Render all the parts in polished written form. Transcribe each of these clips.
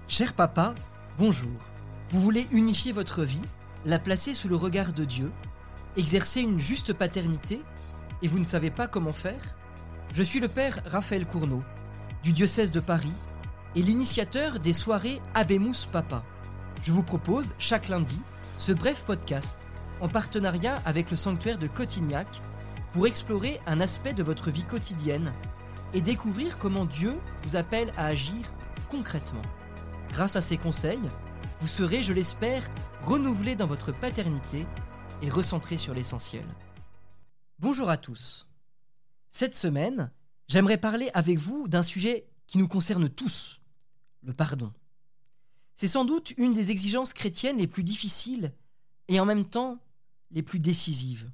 Cher papa, bonjour. Vous voulez unifier votre vie, la placer sous le regard de Dieu, exercer une juste paternité, et vous ne savez pas comment faire ? Je suis le père Raphaël Courneau, du diocèse de Paris, et l'initiateur des soirées Habemus Papa. Je vous propose, chaque lundi, ce bref podcast, en partenariat avec le sanctuaire de Cotignac, pour explorer un aspect de votre vie quotidienne et découvrir comment Dieu vous appelle à agir concrètement. Grâce à ces conseils, vous serez, je l'espère, renouvelé dans votre paternité et recentré sur l'essentiel. Bonjour à tous. Cette semaine, j'aimerais parler avec vous d'un sujet qui nous concerne tous, le pardon. C'est sans doute une des exigences chrétiennes les plus difficiles et en même temps les plus décisives.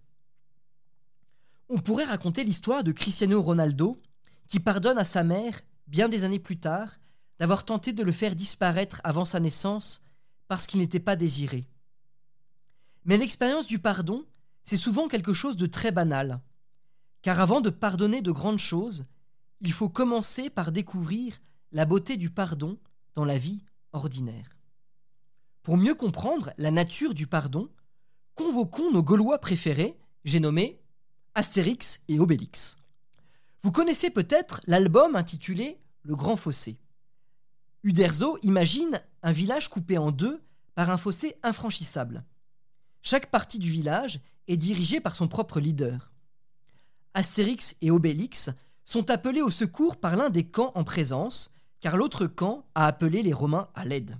On pourrait raconter l'histoire de Cristiano Ronaldo qui pardonne à sa mère, bien des années plus tard, d'avoir tenté de le faire disparaître avant sa naissance parce qu'il n'était pas désiré. Mais l'expérience du pardon, c'est souvent quelque chose de très banal, car avant de pardonner de grandes choses, il faut commencer par découvrir la beauté du pardon dans la vie ordinaire. Pour mieux comprendre la nature du pardon, convoquons nos Gaulois préférés, j'ai nommé Astérix et Obélix. Vous connaissez peut-être l'album intitulé « Le Grand Fossé ». Uderzo imagine un village coupé en deux par un fossé infranchissable. Chaque partie du village est dirigée par son propre leader. Astérix et Obélix sont appelés au secours par l'un des camps en présence, car l'autre camp a appelé les Romains à l'aide.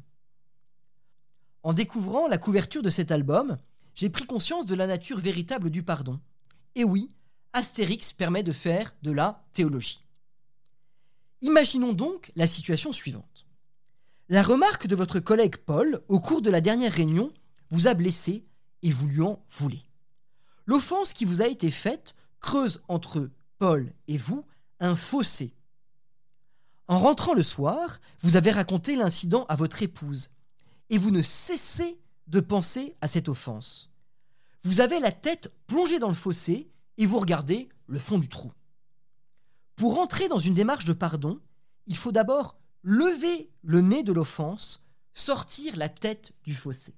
En découvrant la couverture de cet album, j'ai pris conscience de la nature véritable du pardon. Et oui, Astérix permet de faire de la théologie. Imaginons donc la situation suivante. La remarque de votre collègue Paul, au cours de la dernière réunion, vous a blessé et vous lui en voulez. L'offense qui vous a été faite creuse entre Paul et vous un fossé. En rentrant le soir, vous avez raconté l'incident à votre épouse et vous ne cessez de penser à cette offense. Vous avez la tête plongée dans le fossé et vous regardez le fond du trou. Pour entrer dans une démarche de pardon, il faut d'abord lever le nez de l'offense, sortir la tête du fossé.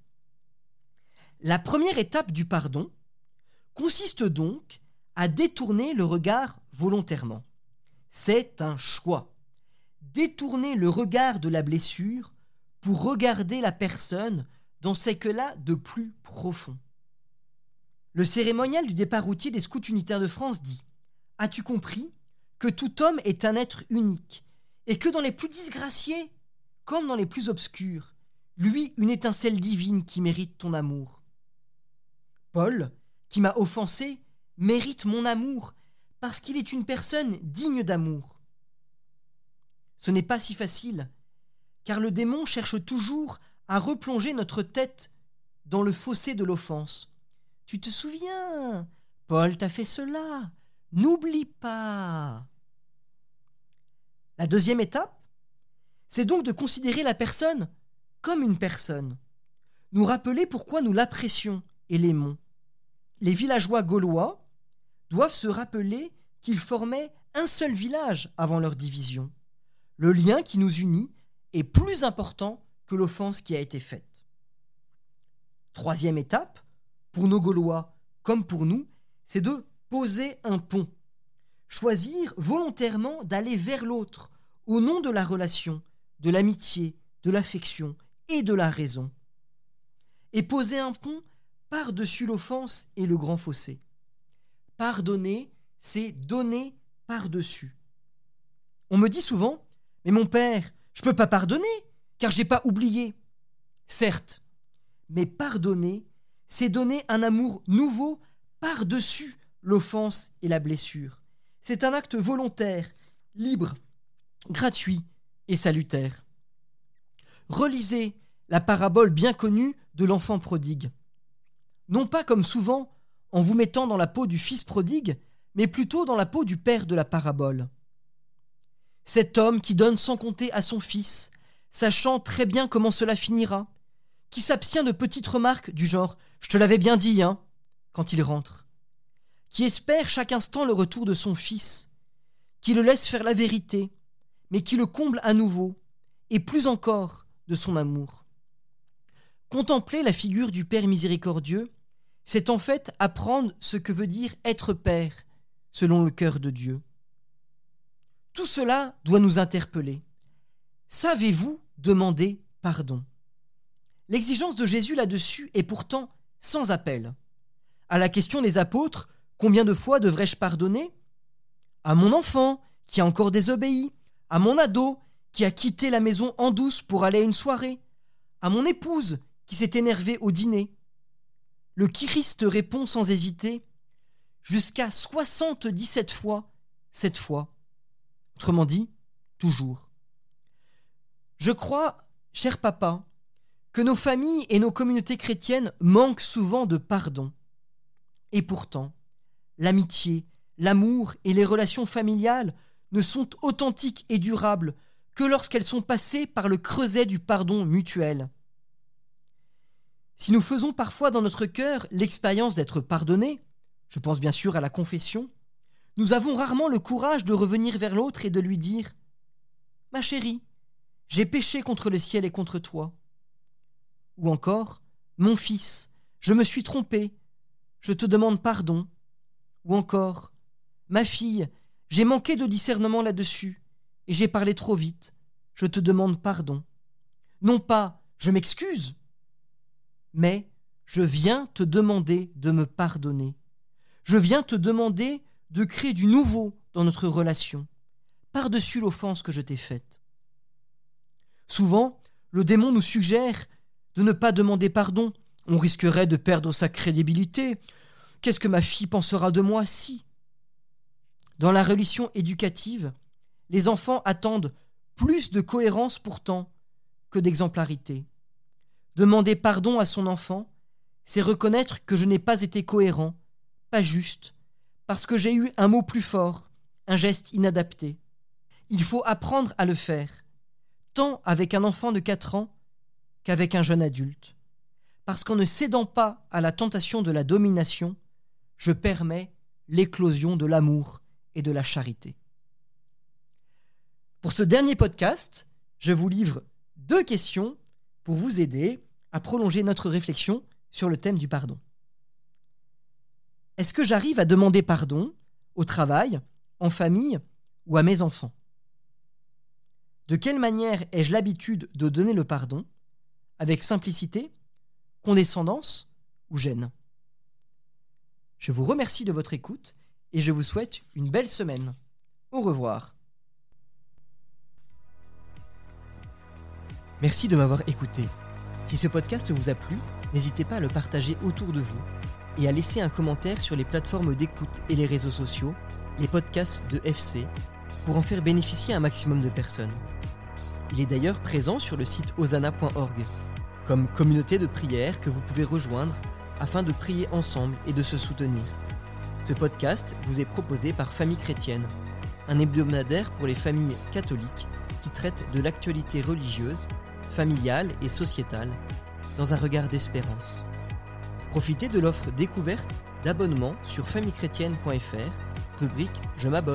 La première étape du pardon consiste donc à détourner le regard volontairement. C'est un choix. Détourner le regard de la blessure pour regarder la personne dans ce qu'elle a de plus profond. Le cérémonial du départ routier des Scouts unitaires de France dit « As-tu compris que tout homme est un être unique et que dans les plus disgraciés, comme dans les plus obscurs, lui une étincelle divine qui mérite ton amour. Paul, qui m'a offensé, mérite mon amour parce qu'il est une personne digne d'amour. Ce n'est pas si facile, car le démon cherche toujours à replonger notre tête dans le fossé de l'offense. Tu te souviens, Paul t'a fait cela, n'oublie pas. La deuxième étape, c'est donc de considérer la personne comme une personne. Nous rappeler pourquoi nous l'apprécions et l'aimons. Les villageois gaulois doivent se rappeler qu'ils formaient un seul village avant leur division. Le lien qui nous unit est plus important que l'offense qui a été faite. Troisième étape, pour nos Gaulois comme pour nous, c'est de poser un pont. Choisir volontairement d'aller vers l'autre au nom de la relation, de l'amitié, de l'affection et de la raison. Et poser un pont par-dessus l'offense et le grand fossé. Pardonner, c'est donner par-dessus. On me dit souvent « Mais mon père, je ne peux pas pardonner, car je n'ai pas oublié. » Certes, mais pardonner, c'est donner un amour nouveau par-dessus l'offense et la blessure. C'est un acte volontaire, libre, gratuit et salutaire. Relisez la parabole bien connue de l'enfant prodigue. Non pas comme souvent en vous mettant dans la peau du fils prodigue, mais plutôt dans la peau du père de la parabole. Cet homme qui donne sans compter à son fils, sachant très bien comment cela finira, qui s'abstient de petites remarques du genre « je te l'avais bien dit, hein » quand il rentre, qui espère chaque instant le retour de son fils, qui le laisse faire la vérité, mais qui le comble à nouveau, et plus encore, de son amour. Contempler la figure du Père miséricordieux, c'est en fait apprendre ce que veut dire être Père, selon le cœur de Dieu. Tout cela doit nous interpeller. Savez-vous demander pardon ? L'exigence de Jésus là-dessus est pourtant sans appel. À la question des apôtres, combien de fois devrais-je pardonner ? À mon enfant qui a encore désobéi, à mon ado qui a quitté la maison en douce pour aller à une soirée, à mon épouse qui s'est énervée au dîner. Le Christ répond sans hésiter, jusqu'à 77 fois, 7 fois. Autrement dit, toujours. Je crois, cher papa, que nos familles et nos communautés chrétiennes manquent souvent de pardon. Et pourtant, l'amitié, l'amour et les relations familiales ne sont authentiques et durables que lorsqu'elles sont passées par le creuset du pardon mutuel. Si nous faisons parfois dans notre cœur l'expérience d'être pardonnés, je pense bien sûr à la confession, nous avons rarement le courage de revenir vers l'autre et de lui dire « Ma chérie, j'ai péché contre le ciel et contre toi. » Ou encore « Mon fils, je me suis trompé, je te demande pardon. » Ou encore « Ma fille, j'ai manqué de discernement là-dessus et j'ai parlé trop vite, je te demande pardon. » Non pas « Je m'excuse », mais « Je viens te demander de me pardonner. Je viens te demander de créer du nouveau dans notre relation, par-dessus l'offense que je t'ai faite. » Souvent, le démon nous suggère de ne pas demander pardon. On risquerait de perdre sa crédibilité. Qu'est-ce que ma fille pensera de moi si ? Dans la religion éducative, les enfants attendent plus de cohérence pourtant que d'exemplarité. Demander pardon à son enfant, c'est reconnaître que je n'ai pas été cohérent, pas juste, parce que j'ai eu un mot plus fort, un geste inadapté. Il faut apprendre à le faire, tant avec un enfant de 4 ans qu'avec un jeune adulte. Parce qu'en ne cédant pas à la tentation de la domination, je permets l'éclosion de l'amour et de la charité. Pour ce dernier podcast, je vous livre 2 questions pour vous aider à prolonger notre réflexion sur le thème du pardon. Est-ce que j'arrive à demander pardon au travail, en famille ou à mes enfants ? De quelle manière ai-je l'habitude de donner le pardon ? Avec simplicité, condescendance ou gêne ? Je vous remercie de votre écoute et je vous souhaite une belle semaine. Au revoir. Merci de m'avoir écouté. Si ce podcast vous a plu, n'hésitez pas à le partager autour de vous et à laisser un commentaire sur les plateformes d'écoute et les réseaux sociaux, les podcasts de FC, pour en faire bénéficier un maximum de personnes. Il est d'ailleurs présent sur le site hosanna.org, comme communauté de prière que vous pouvez rejoindre afin de prier ensemble et de se soutenir. Ce podcast vous est proposé par Famille Chrétienne, un hebdomadaire pour les familles catholiques qui traite de l'actualité religieuse, familiale et sociétale dans un regard d'espérance. Profitez de l'offre découverte d'abonnement sur famillechrétienne.fr, rubrique « Je m'abonne ».